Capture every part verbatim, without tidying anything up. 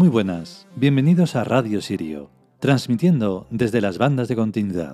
Muy buenas, bienvenidos a Radio Sirio, transmitiendo desde las bandas de continuidad.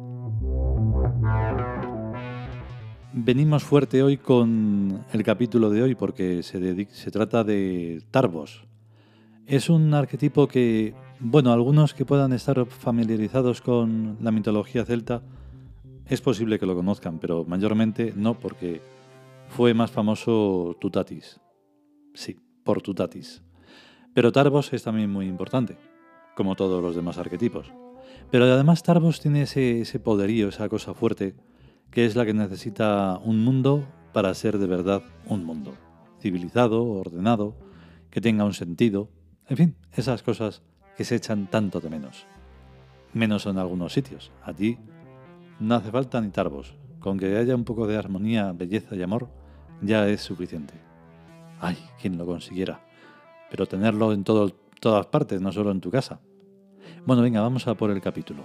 Venimos fuerte hoy con el capítulo de hoy porque se, dedica, se trata de Tarbos. Es un arquetipo que, bueno, algunos que puedan estar familiarizados con la mitología celta, es posible que lo conozcan, pero mayormente no, porque fue más famoso Tutatis. Sí, por Tutatis. Pero Tarbos es también muy importante, como todos los demás arquetipos. Pero además Tarbos tiene ese, ese poderío, esa cosa fuerte, que es la que necesita un mundo para ser de verdad un mundo. Civilizado, ordenado, que tenga un sentido, en fin, esas cosas que se echan tanto de menos. Menos en algunos sitios. Allí no hace falta ni Tarbos. Con que haya un poco de armonía, belleza y amor, ya es suficiente. ¡Ay, quién lo consiguiera! Pero tenerlo en todo, todas partes, no solo en tu casa. Bueno, venga, vamos a por el capítulo.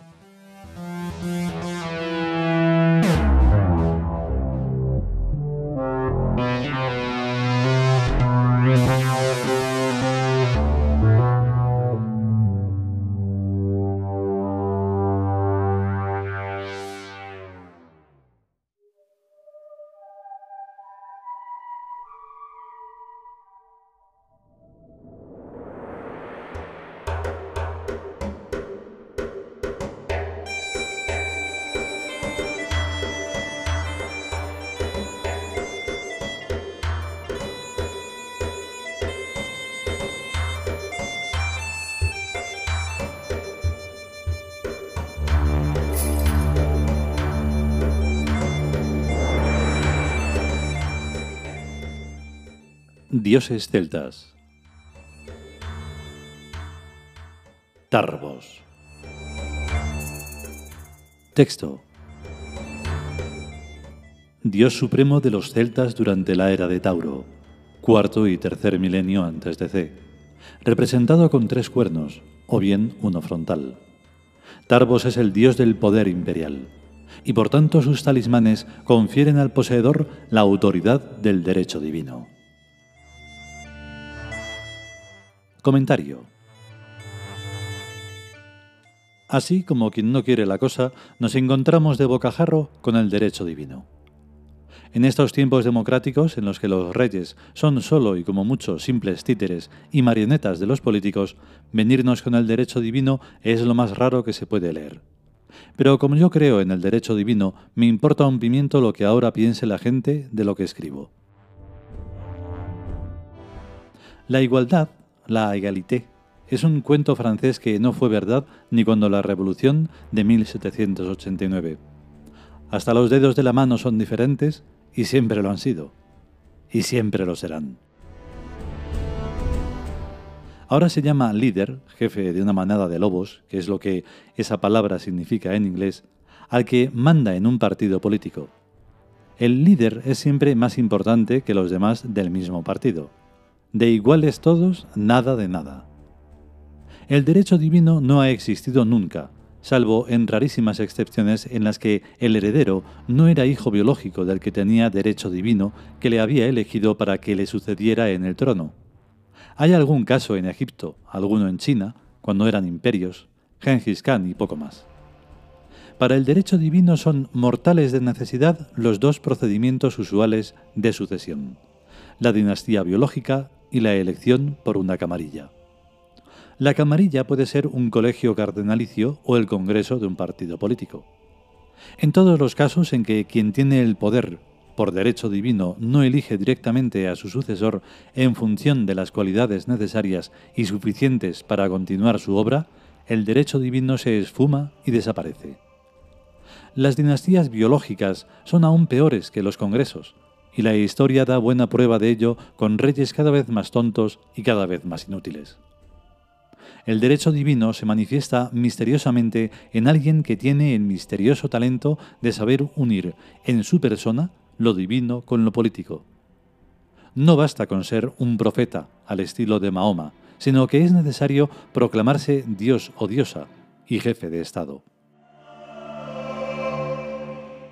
Dioses celtas. Tarbos. Texto. Dios supremo de los celtas durante la era de Tauro, cuarto y tercer milenio antes de C, representado con tres cuernos, o bien uno frontal. Tarbos es el dios del poder imperial, y por tanto sus talismanes confieren al poseedor la autoridad del derecho divino. Comentario. Así como quien no quiere la cosa, nos encontramos de bocajarro con el derecho divino. En estos tiempos democráticos, en los que los reyes son solo y como mucho simples títeres y marionetas de los políticos, venirnos con el derecho divino es lo más raro que se puede leer. Pero como yo creo en el derecho divino, me importa un pimiento lo que ahora piense la gente de lo que escribo. La igualdad, la égalité, es un cuento francés que no fue verdad ni cuando la Revolución de mil setecientos ochenta y nueve. Hasta los dedos de la mano son diferentes y siempre lo han sido. Y siempre lo serán. Ahora se llama líder, jefe de una manada de lobos, que es lo que esa palabra significa en inglés, al que manda en un partido político. El líder es siempre más importante que los demás del mismo partido. De iguales todos, nada de nada. El derecho divino no ha existido nunca, salvo en rarísimas excepciones en las que el heredero no era hijo biológico del que tenía derecho divino que le había elegido para que le sucediera en el trono. Hay algún caso en Egipto, alguno en China, cuando eran imperios, Gengis Khan y poco más. Para el derecho divino son mortales de necesidad los dos procedimientos usuales de sucesión: la dinastía biológica y la elección por una camarilla. La camarilla puede ser un colegio cardenalicio o el congreso de un partido político. En todos los casos en que quien tiene el poder por derecho divino no elige directamente a su sucesor en función de las cualidades necesarias y suficientes para continuar su obra, el derecho divino se esfuma y desaparece. Las dinastías biológicas son aún peores que los congresos, y la historia da buena prueba de ello con reyes cada vez más tontos y cada vez más inútiles. El derecho divino se manifiesta misteriosamente en alguien que tiene el misterioso talento de saber unir en su persona lo divino con lo político. No basta con ser un profeta al estilo de Mahoma, sino que es necesario proclamarse Dios o diosa y jefe de Estado.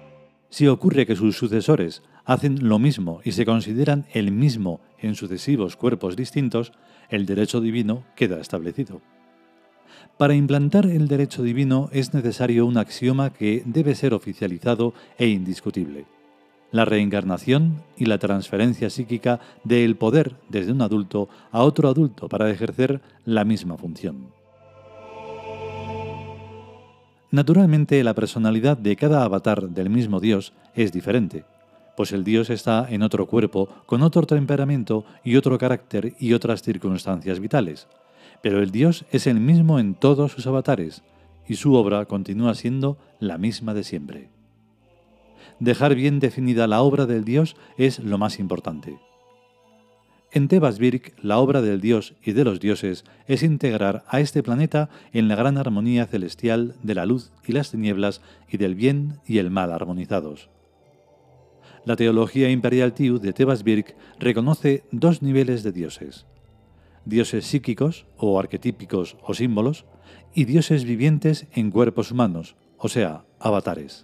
Si ocurre que sus sucesores hacen lo mismo y se consideran el mismo en sucesivos cuerpos distintos, el derecho divino queda establecido. Para implantar el derecho divino es necesario un axioma que debe ser oficializado e indiscutible: la reencarnación y la transferencia psíquica del poder desde un adulto a otro adulto para ejercer la misma función. Naturalmente, la personalidad de cada avatar del mismo Dios es diferente, pues el Dios está en otro cuerpo, con otro temperamento y otro carácter y otras circunstancias vitales, pero el Dios es el mismo en todos sus avatares, y su obra continúa siendo la misma de siempre. Dejar bien definida la obra del Dios es lo más importante. En Tebas Birk, la obra del Dios y de los dioses es integrar a este planeta en la gran armonía celestial de la luz y las tinieblas y del bien y el mal armonizados. La teología imperial Tiu de Tebas Birk reconoce dos niveles de dioses: dioses psíquicos o arquetípicos o símbolos, y dioses vivientes en cuerpos humanos, o sea, avatares.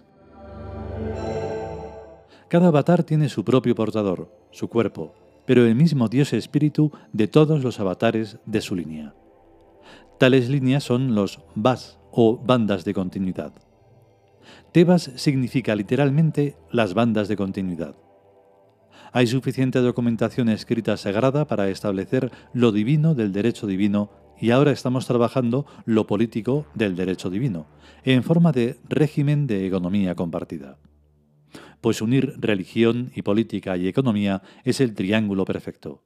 Cada avatar tiene su propio portador, su cuerpo, pero el mismo Dios espíritu de todos los avatares de su línea. Tales líneas son los Vas o bandas de continuidad. Tebas significa literalmente las bandas de continuidad. Hay suficiente documentación escrita sagrada para establecer lo divino del derecho divino, y ahora estamos trabajando lo político del derecho divino, en forma de régimen de economía compartida. Pues unir religión y política y economía es el triángulo perfecto.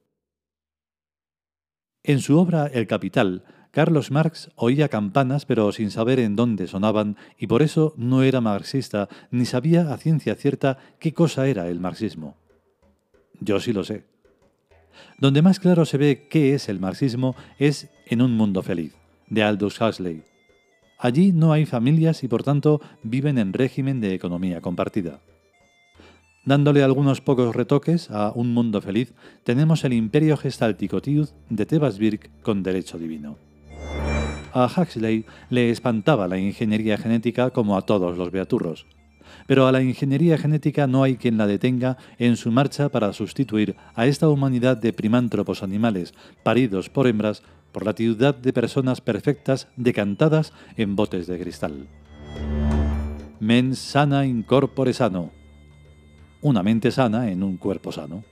En su obra El Capital, Carlos Marx oía campanas pero sin saber en dónde sonaban, y por eso no era marxista ni sabía a ciencia cierta qué cosa era el marxismo. Yo sí lo sé. Donde más claro se ve qué es el marxismo es en Un mundo feliz, de Aldous Huxley. Allí no hay familias y por tanto viven en régimen de economía compartida. Dándole algunos pocos retoques a Un mundo feliz, tenemos el imperio gestáltico Tiu de Tebas Birk con derecho divino. A Huxley le espantaba la ingeniería genética como a todos los beaturros, pero a la ingeniería genética no hay quien la detenga en su marcha para sustituir a esta humanidad de primántropos animales paridos por hembras por la tiudad de personas perfectas decantadas en botes de cristal. Mens sana in corpore sano. Una mente sana en un cuerpo sano.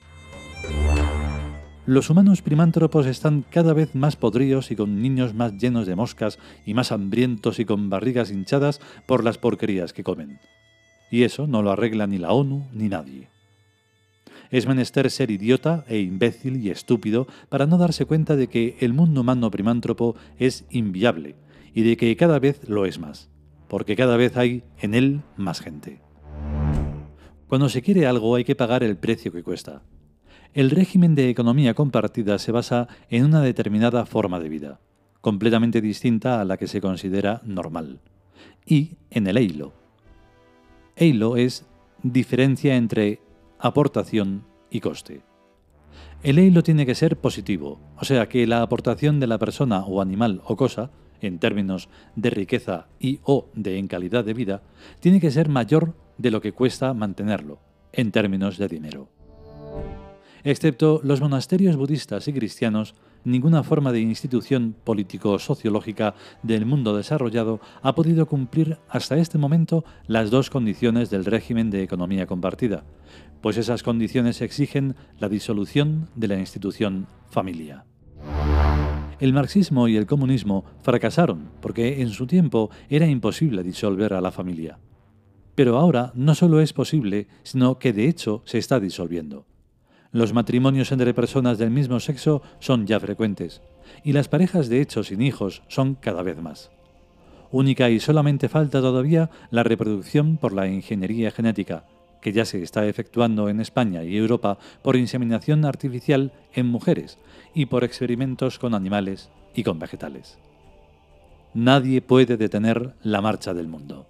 Los humanos primántropos están cada vez más podridos y con niños más llenos de moscas y más hambrientos y con barrigas hinchadas por las porquerías que comen. Y eso no lo arregla ni la ONU ni nadie. Es menester ser idiota e imbécil y estúpido para no darse cuenta de que el mundo humano primántropo es inviable y de que cada vez lo es más, porque cada vez hay en él más gente. Cuando se quiere algo hay que pagar el precio que cuesta. El régimen de economía compartida se basa en una determinada forma de vida, completamente distinta a la que se considera normal, y en el EILO. EILO es diferencia entre aportación y coste. El EILO tiene que ser positivo, o sea que la aportación de la persona o animal o cosa, en términos de riqueza y o de en calidad de vida, tiene que ser mayor de lo que cuesta mantenerlo, en términos de dinero. Excepto los monasterios budistas y cristianos, ninguna forma de institución político-sociológica del mundo desarrollado ha podido cumplir hasta este momento las dos condiciones del régimen de economía compartida, pues esas condiciones exigen la disolución de la institución familia. El marxismo y el comunismo fracasaron porque en su tiempo era imposible disolver a la familia. Pero ahora no solo es posible, sino que de hecho se está disolviendo. Los matrimonios entre personas del mismo sexo son ya frecuentes, y las parejas de hecho sin hijos son cada vez más. Única y solamente falta todavía la reproducción por la ingeniería genética, que ya se está efectuando en España y Europa por inseminación artificial en mujeres y por experimentos con animales y con vegetales. Nadie puede detener la marcha del mundo.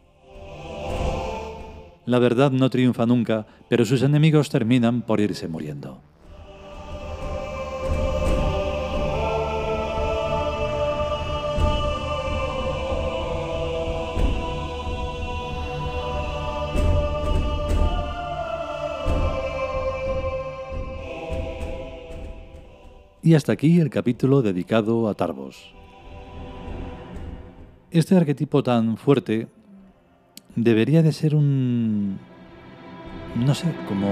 La verdad no triunfa nunca, pero sus enemigos terminan por irse muriendo. Y hasta aquí el capítulo dedicado a Tarvos. Este arquetipo tan fuerte debería de ser un... no sé, como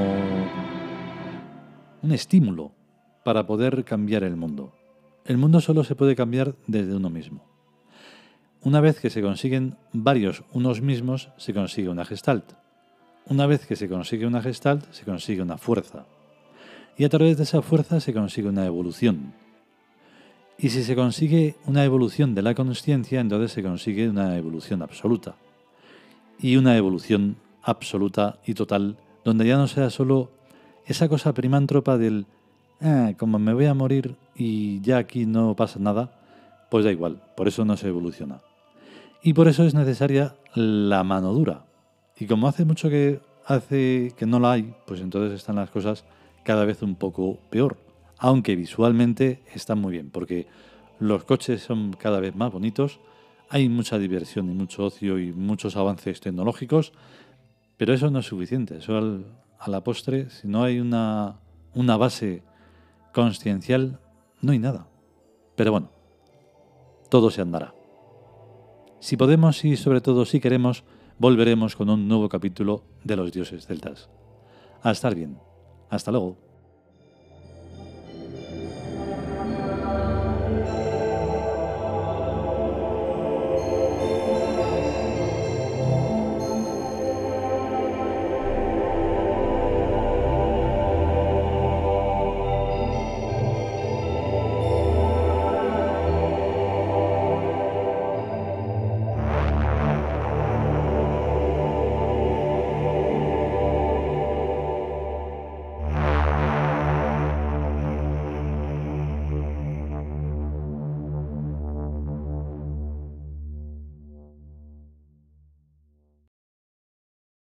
un estímulo para poder cambiar el mundo. El mundo solo se puede cambiar desde uno mismo. Una vez que se consiguen varios unos mismos, se consigue una gestalt. Una vez que se consigue una gestalt, se consigue una fuerza. Y a través de esa fuerza se consigue una evolución. Y si se consigue una evolución de la consciencia, entonces se consigue una evolución absoluta. Y una evolución absoluta y total, donde ya no sea solo esa cosa primántropa del ah, como me voy a morir y ya aquí no pasa nada, pues da igual, por eso no se evoluciona. Y por eso es necesaria la mano dura. Y como hace mucho que hace que no la hay, pues entonces están las cosas cada vez un poco peor. Aunque visualmente están muy bien, porque los coches son cada vez más bonitos, hay mucha diversión y mucho ocio y muchos avances tecnológicos, pero eso no es suficiente. Eso al, a la postre, si no hay una, una base consciencial, no hay nada. Pero bueno, todo se andará. Si podemos y sobre todo si queremos, volveremos con un nuevo capítulo de los dioses celtas. A estar bien. Hasta luego.